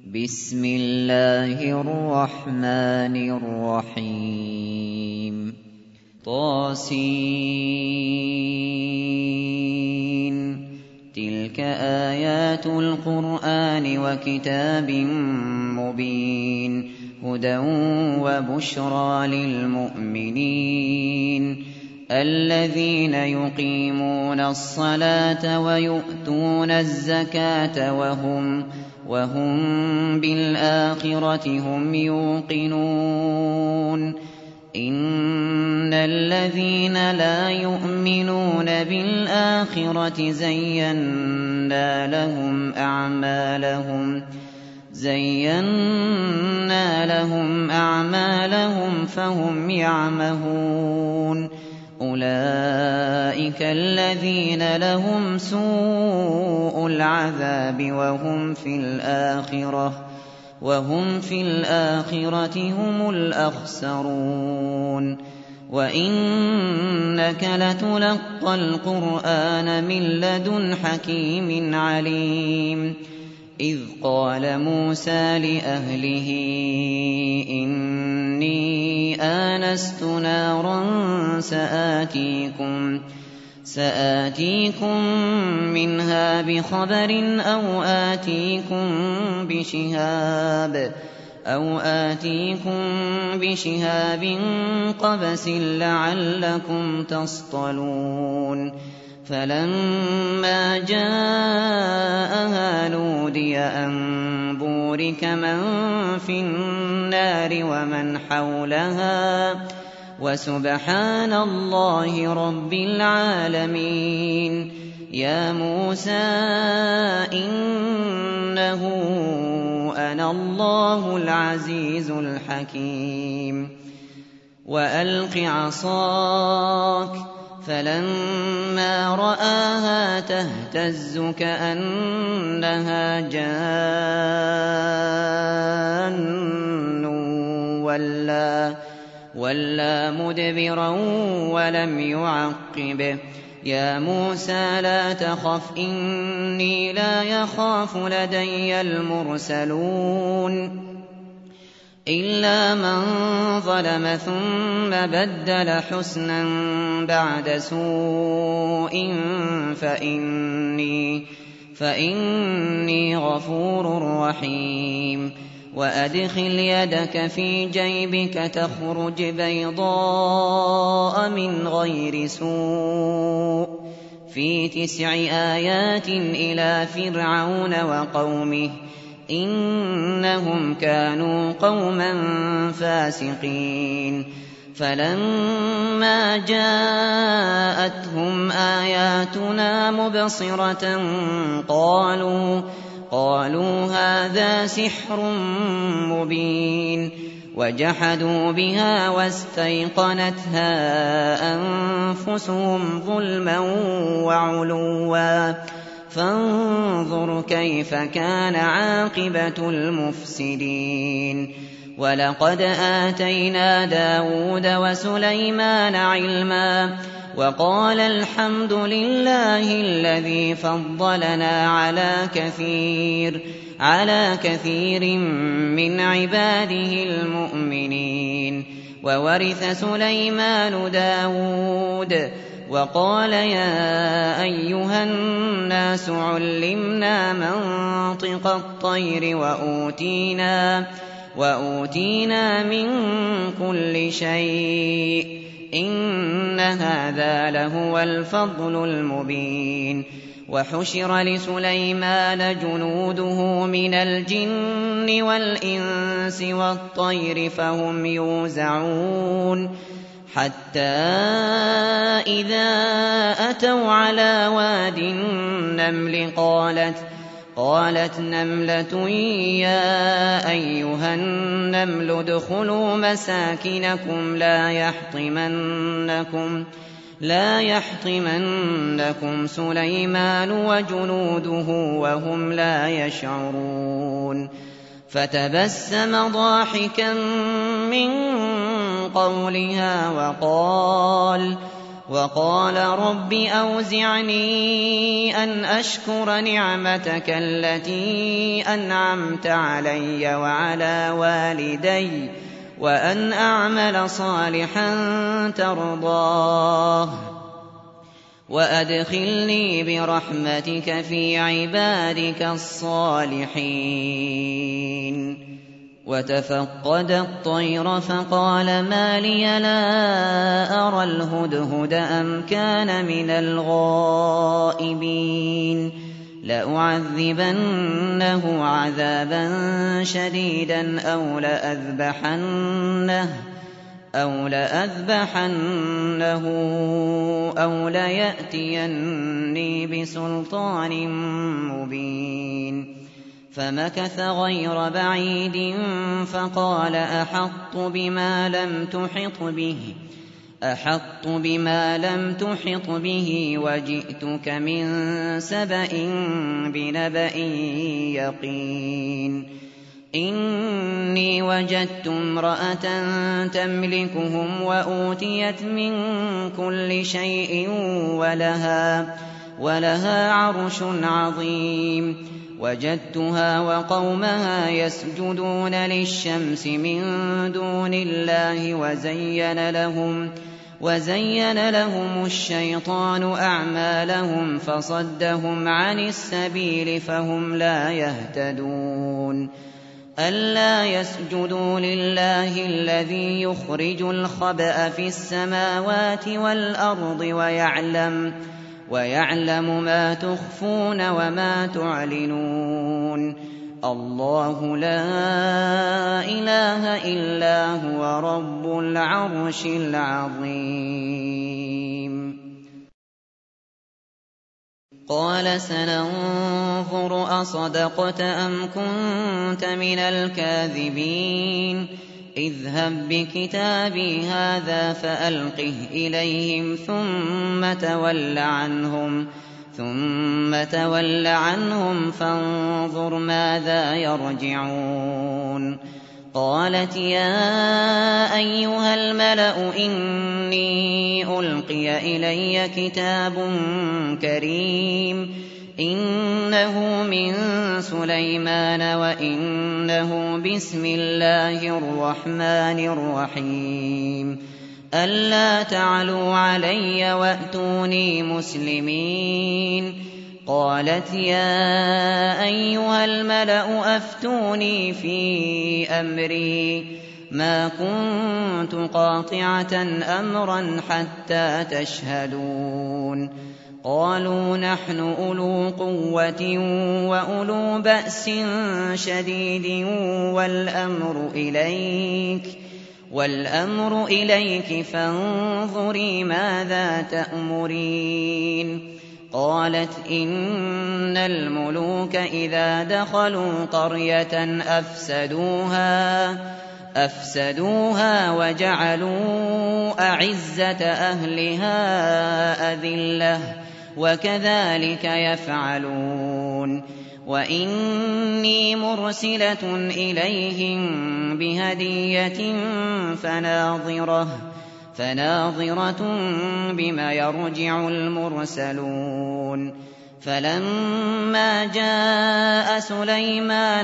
بسم الله الرحمن الرحيم طاسين تلك آيات القرآن وكتاب مبين هدى وبشرى للمؤمنين الذين يقيمون الصلاة ويؤتون الزكاة وهم بالآخرة هم يوقنون إن الذين لا يؤمنون بالآخرة زينا لهم أعمالهم فهم يعمهون أولئك الذين لهم سوء العذاب وهم في الآخرة هم الأخسرون وإنك لتلقى القرآن من لدن حكيم عليم إذ قال موسى لأهله إني آنست نارا سآتيكم منها بخبر أو آتيكم بشهاب قبس لعلكم تصطلون فلما جاءها نودي أن بورك من في النار ومن حولها وسبحان الله رب العالمين يا موسى إنه أنا الله العزيز الحكيم وألق عصاك فلما رآها تهتز كأنها جان ولا مدبرا ولم يعقب يا موسى لا تخف إني لا يخاف لدي المرسلون إلا من ظلم ثم بدل حسنا بعد سوء فإني غفور رحيم وأدخل يدك في جيبك تخرج بيضاء من غير سوء في 9 آيات إلى فرعون وقومه إنهم كانوا قوما فاسقين فلما جاءتهم آياتنا مبصرة قالوا هذا سحر مبين وجحدوا بها واستيقنتها أنفسهم ظلما وعلوا فانظر كيف كان عاقبة المفسدين ولقد آتينا داود وسليمان علما وقال الحمد لله الذي فضلنا على كثير من عباده المؤمنين وورث سليمان داود وقال يا أيها الناس علمنا منطق الطير وأوتينا من كل شيء إن هذا لهو الفضل المبين وحشر لسليمان جنوده من الجن والإنس والطير فهم يوزعون حتى إذا أتوا على واد النمل قالت نملة يا أيها النمل ادخلوا مساكنكم لا يحطمنكم سليمان وجنوده وهم لا يشعرون فتبسم ضاحكا من قولها وقال رب أوزعني أن أشكر نعمتك التي أنعمت علي وعلى والدي وأن أعمل صالحا ترضاه وأدخلني برحمتك في عبادك الصالحين. وتفقد الطير فقال ما لي لا أرى الهدهد أم كان من الغائبين لأعذبنه عذابا شديدا أو لأذبحنه أو ليأتيني بسلطان مبين. فمكث غير بعيد فقال أحطت بما لم تحط به وجئتك من سبأ بنبأ يقين. إني وجدت امرأة تملكهم وأوتيت من كل شيء ولها عرش عظيم. وجدتها وقومها يسجدون للشمس من دون الله وزين لهم الشيطان أعمالهم فصدهم عن السبيل فهم لا يهتدون. ألا يسجدوا لله الذي يخرج الخبأ في السماوات والأرض ويعلم ما تخفون وما تعلنون. الله لا إله إلا هو رب العرش العظيم. قال سننظر أصدقت أم كنت من الكاذبين. اذهب بكتابي هذا فألقه إليهم ثم تول عنهم فانظر ماذا يرجعون. قالت يا أيها الملأ إني ألقي إلي كتاب كريم إنه من سليمان وإنه بسم الله الرحمن الرحيم ألا تعلوا علي وأتوني مسلمين. قالت يا أيها الملأ أفتوني في أمري ما كنت قاطعة أمرا حتى تشهدون. قالوا نحن أولو قوة وأولو بأس شديد والأمر إليك فانظري ماذا تأمرين. قالت إن الملوك إذا دخلوا قرية أفسدوها وجعلوا أعزة أهلها أذلة وكذلك يفعلون. وإني مرسلة إليهم بهدية فناظرة بما يرجع المرسلون. فلما جاء سليمان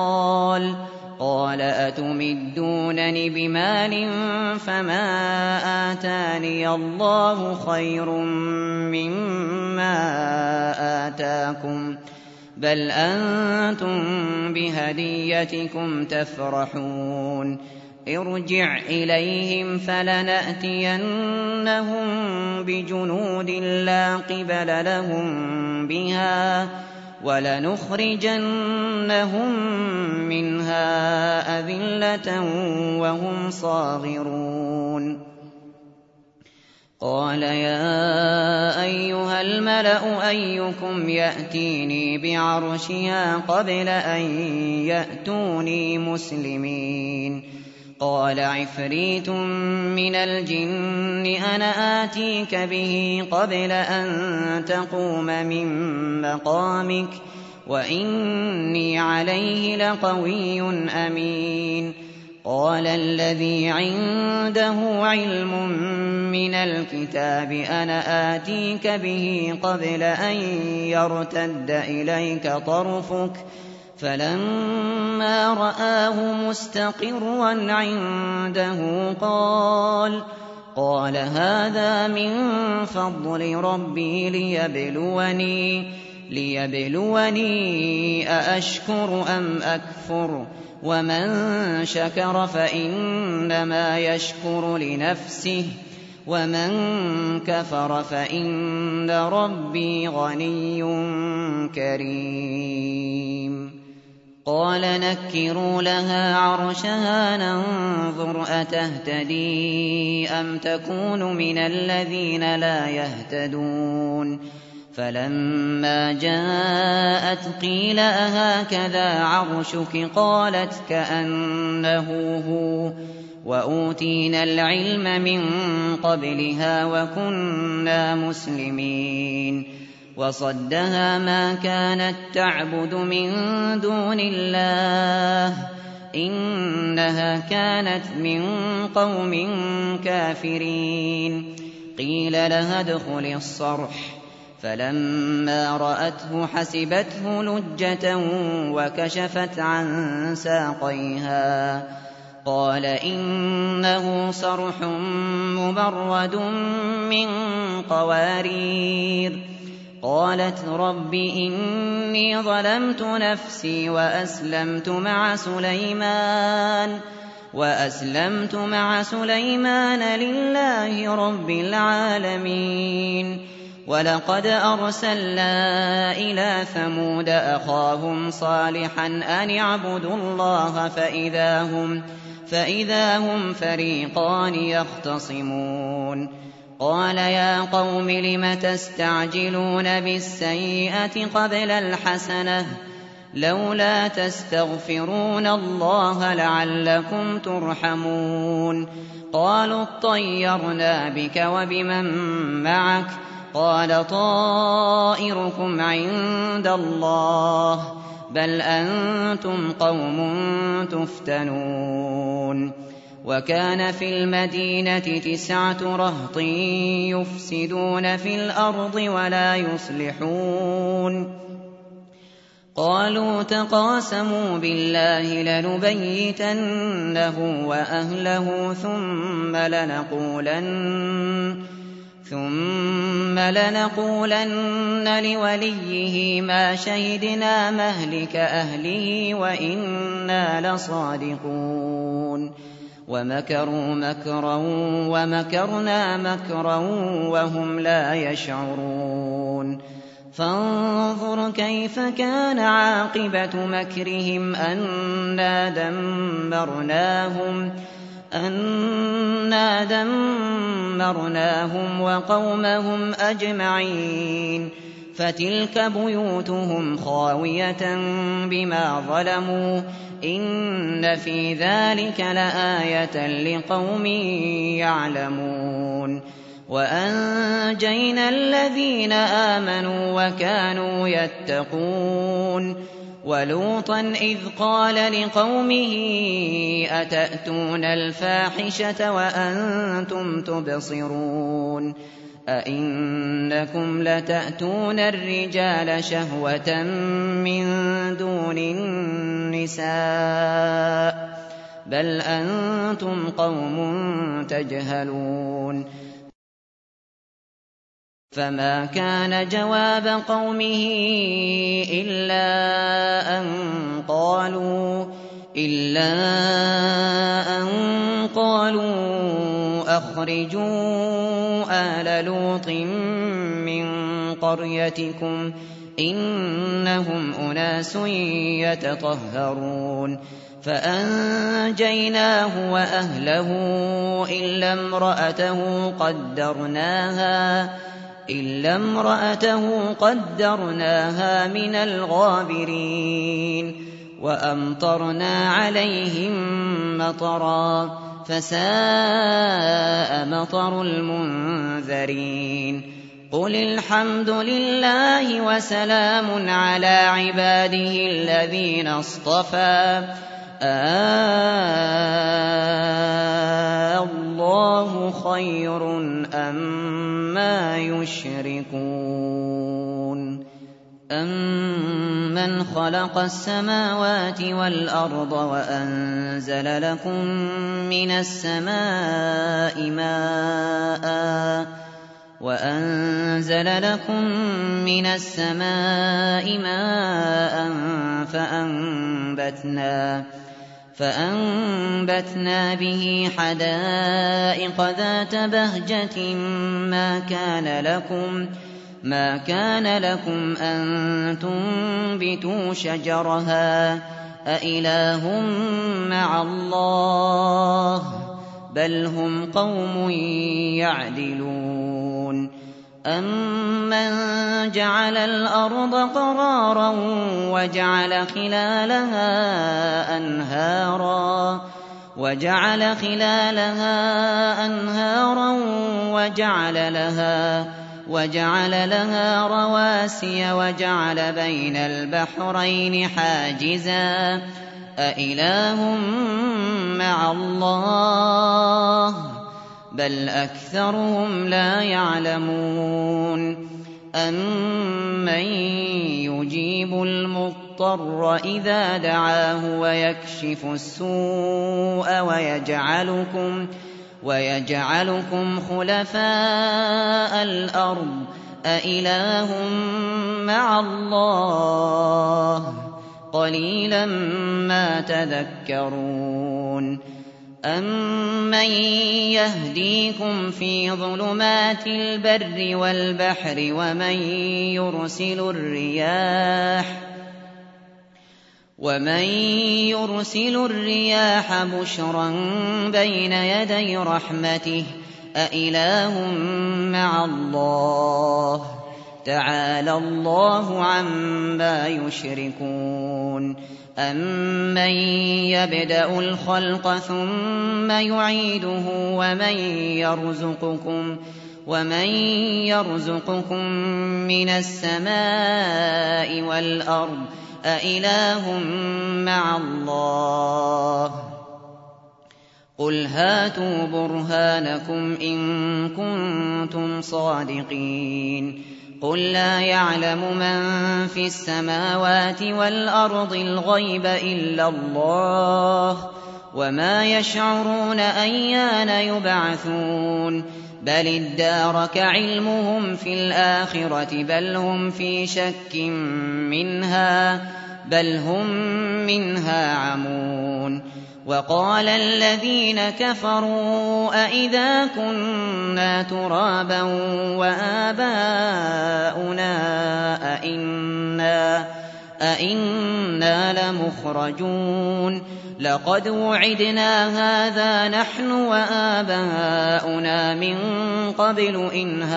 قال أتمدونني بمال فما آتاني الله خير مما آتاكم بل أنتم بهديتكم تفرحون. ارجع إليهم فلنأتينهم بجنود لا قبل لهم بها ولنخرجنهم منها أذلة وهم صاغرون. قال يا أيها الملأ أيكم يأتيني بعرشها قبل أن يأتوني مسلمين. قال عفريت من الجن أنا آتيك به قبل أن تقوم من مقامك وإني عليه لقوي أمين. قال الذي عنده علم من الكتاب أنا آتيك به قبل أن يرتد إليك طرفك فلما رآه مستقرا عنده قال هذا من فضل ربي ليبلوني أأشكر أم أكفر ومن شكر فإنما يشكر لنفسه ومن كفر فإن ربي غني كريم قال نكروا لها عرشها ننظر أتهتدي أم تكون من الذين لا يهتدون فلما جاءت قيل أهكذا عرشك قالت كأنه هو وأوتينا العلم من قبلها وكنا مسلمين وصدها ما كانت تعبد من دون الله إنها كانت من قوم كافرين قيل لها ادخل الصرح فلما رأته حسبته لجة وكشفت عن ساقيها قال إنه صرح مبرد من قوارير قالت رب إني ظلمت نفسي وأسلمت مع سليمان لله رب العالمين ولقد أرسلنا إلى ثمود أخاهم صالحا أن اعبدوا الله فإذا هم فريقان يختصمون قال يا قوم لم تستعجلون بالسيئة قبل الحسنة لولا تستغفرون الله لعلكم ترحمون قالوا اطيرنا بك وبمن معك قال طائركم عند الله بل أنتم قوم تفتنون وكان في المدينة 9 رهط يفسدون في الأرض ولا يصلحون قالوا تقاسموا بالله لنبيتنه وأهله ثم لنقولن لوليه ما شهدنا مهلك أهله وإنا لصادقون ومكروا مكرا ومكرنا مكرا وهم لا يشعرون فانظر كيف كان عاقبة مكرهم أنا دمرناهم وقومهم أجمعين فتلك بيوتهم خاوية بما ظلموا إن في ذلك لآية لقوم يعلمون وأنجينا الذين آمنوا وكانوا يتقون ولوطا إذ قال لقومه أتأتون الفاحشة وأنتم تبصرون أئنكم لتأتون الرجال شهوة من دون النساء بل أنتم قوم تجهلون فما كان جواب قومه إلا أن قالوا أخرجوا آل لوط من قريتكم إنهم أناس يتطهرون فأنجيناه وأهله إلا امرأته قدرناها من الغابرين وأمطرنا عليهم مطرا فساء مطر المنذرين قل الحمد لله وسلام على عباده الذين اصطفى الله خير أما يشركون أمن خلق السماوات والأرض وأنزل لكم من السماء ماء فأنبتنا به حدائق ذات بهجة ما كان لكم أن تنبتوا شجرها أإله مع الله بل هم قوم يعدلون أمن جعل الأرض قرارا وجعل خلالها أنهارا وجعل لها رواسي وجعل بين البحرين حاجزا أإله مع الله بل أكثرهم لا يعلمون أمن يجيب المضطر إذا دعاه ويكشف السوء ويجعلكم خلفاء الأرض أإله مع الله قليلا ما تذكرون أمن يهديكم في ظلمات البر والبحر ومن يرسل الرياح بشرا بين يدي رحمته أإله مع الله تعالى الله عما يشركون أمن يبدأ الخلق ثم يعيده ومن يرزقكم من السماء والأرض أإله مع الله قل هاتوا برهانكم إن كنتم صادقين قل لا يعلم من في السماوات والأرض الغيب إلا الله وما يشعرون أيان يبعثون بل ادارك علمهم في الآخرة بل هم في شك بل هم منها عمون وقال الذين كفروا أئذا كنا ترابا وآباؤنا أئنا لمخرجون لقد وعدنا هذا نحن وآباؤنا من قبل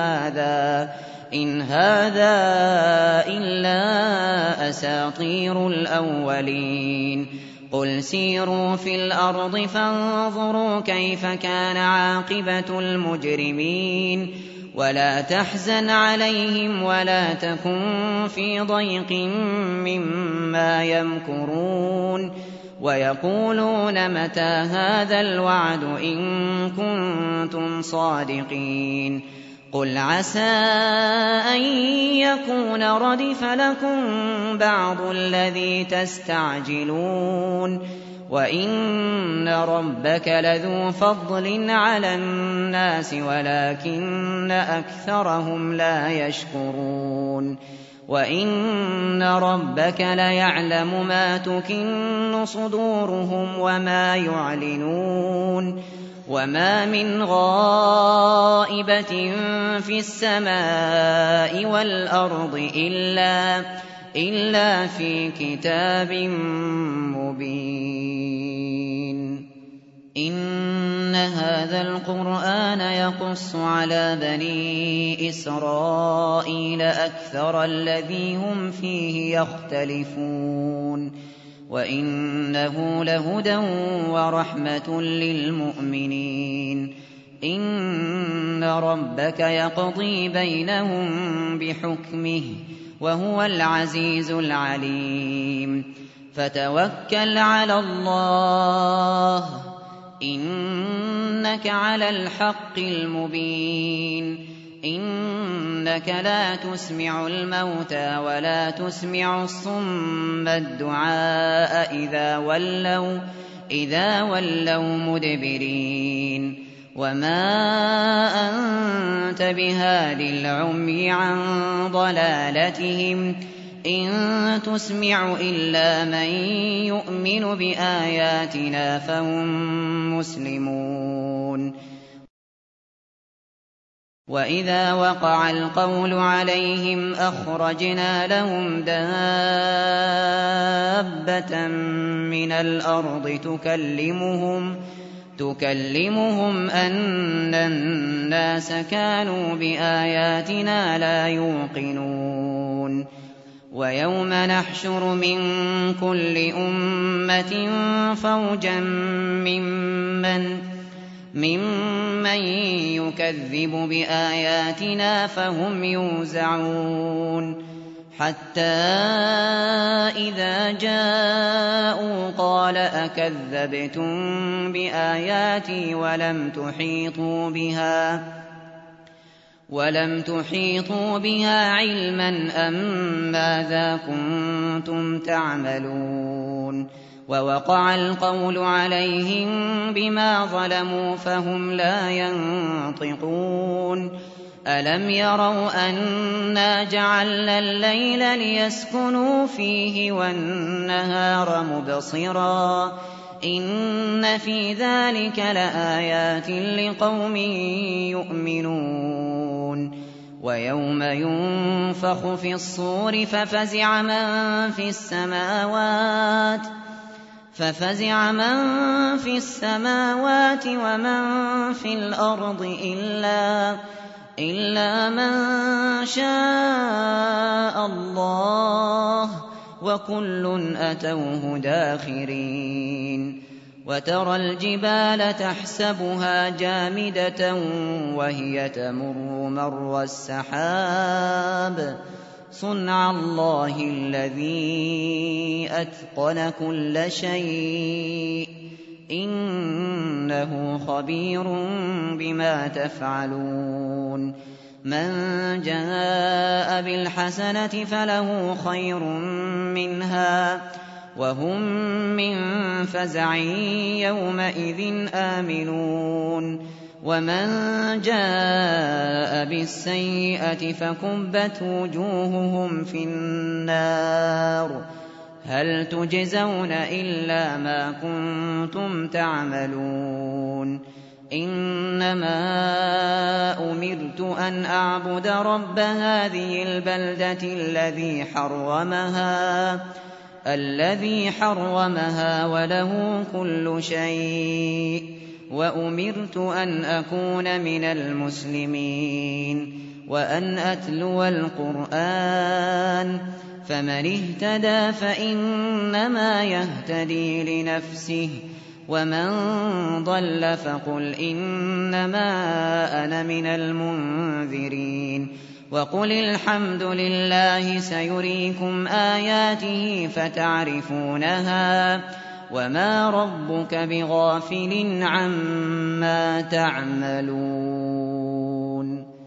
إن هذا إلا أساطير الأولين قل سيروا في الأرض فانظروا كيف كان عاقبة المجرمين ولا تحزن عليهم ولا تكن في ضيق مما يمكرون ويقولون متى هذا الوعد إن كنتم صادقين قل عسى أن يكون ردف لكم بعض الذي تستعجلون وإن ربك لذو فضل على الناس ولكن أكثرهم لا يشكرون وإن ربك ليعلم ما تكن صدورهم وما يعلنون وما من غائبة في السماء والأرض إلا في كتاب مبين إن هذا القرآن يقص على بني إسرائيل أكثر الذي هم فيه يختلفون وإنه لهدى ورحمة للمؤمنين إن ربك يقضي بينهم بحكمه وهو العزيز العليم فتوكل على الله إنك على الحق المبين إنك لا تسمع الموتى ولا تسمع الصم الدعاء إذا ولوا مدبرين وما أنت بهاد العمي عن ضلالتهم إن تسمع إلا من يؤمن بآياتنا فهم مسلمون وإذا وقع القول عليهم أخرجنا لهم دابة من الأرض تكلمهم أن الناس كانوا بآياتنا لا يوقنون ويوم نحشر من كل أمة فوجا ممن يكذب بآياتنا فهم يوزعون حتى إذا جاءوا قال أكذبتم بآياتي ولم تحيطوا بها علما أم ماذا كنتم تعملون ووقع القول عليهم بما ظلموا فهم لا ينطقون ألم يروا أنا جعلنا الليل ليسكنوا فيه والنهار مبصرا إن في ذلك لآيات لقوم يؤمنون ويوم ينفخ في الصور ففزع من في السماوات ومن في الأرض إلا من شاء الله وكل أتوه داخرين وترى الجبال تحسبها جامدة وهي تمر مر السحاب صنع الله الذي أتقن كل شيء إنه خبير بما تفعلون من جاء بالحسنة فله خير منها وهم من فزع يومئذ آمنون ومن جاء بالسيئة فكبت وجوههم في النار هل تجزون إلا ما كنتم تعملون إنما أمرت أن أعبد رب هذه البلدة الذي حرمها وله كل شيء وأمرت أن أكون من المسلمين وأن أتلو القرآن فمن اهتدى فإنما يهتدي لنفسه ومن ضل فقل إنما أنا من المنذرين وقل الحمد لله سيريكم آياته فتعرفونها وما ربك بغافل عما تعملون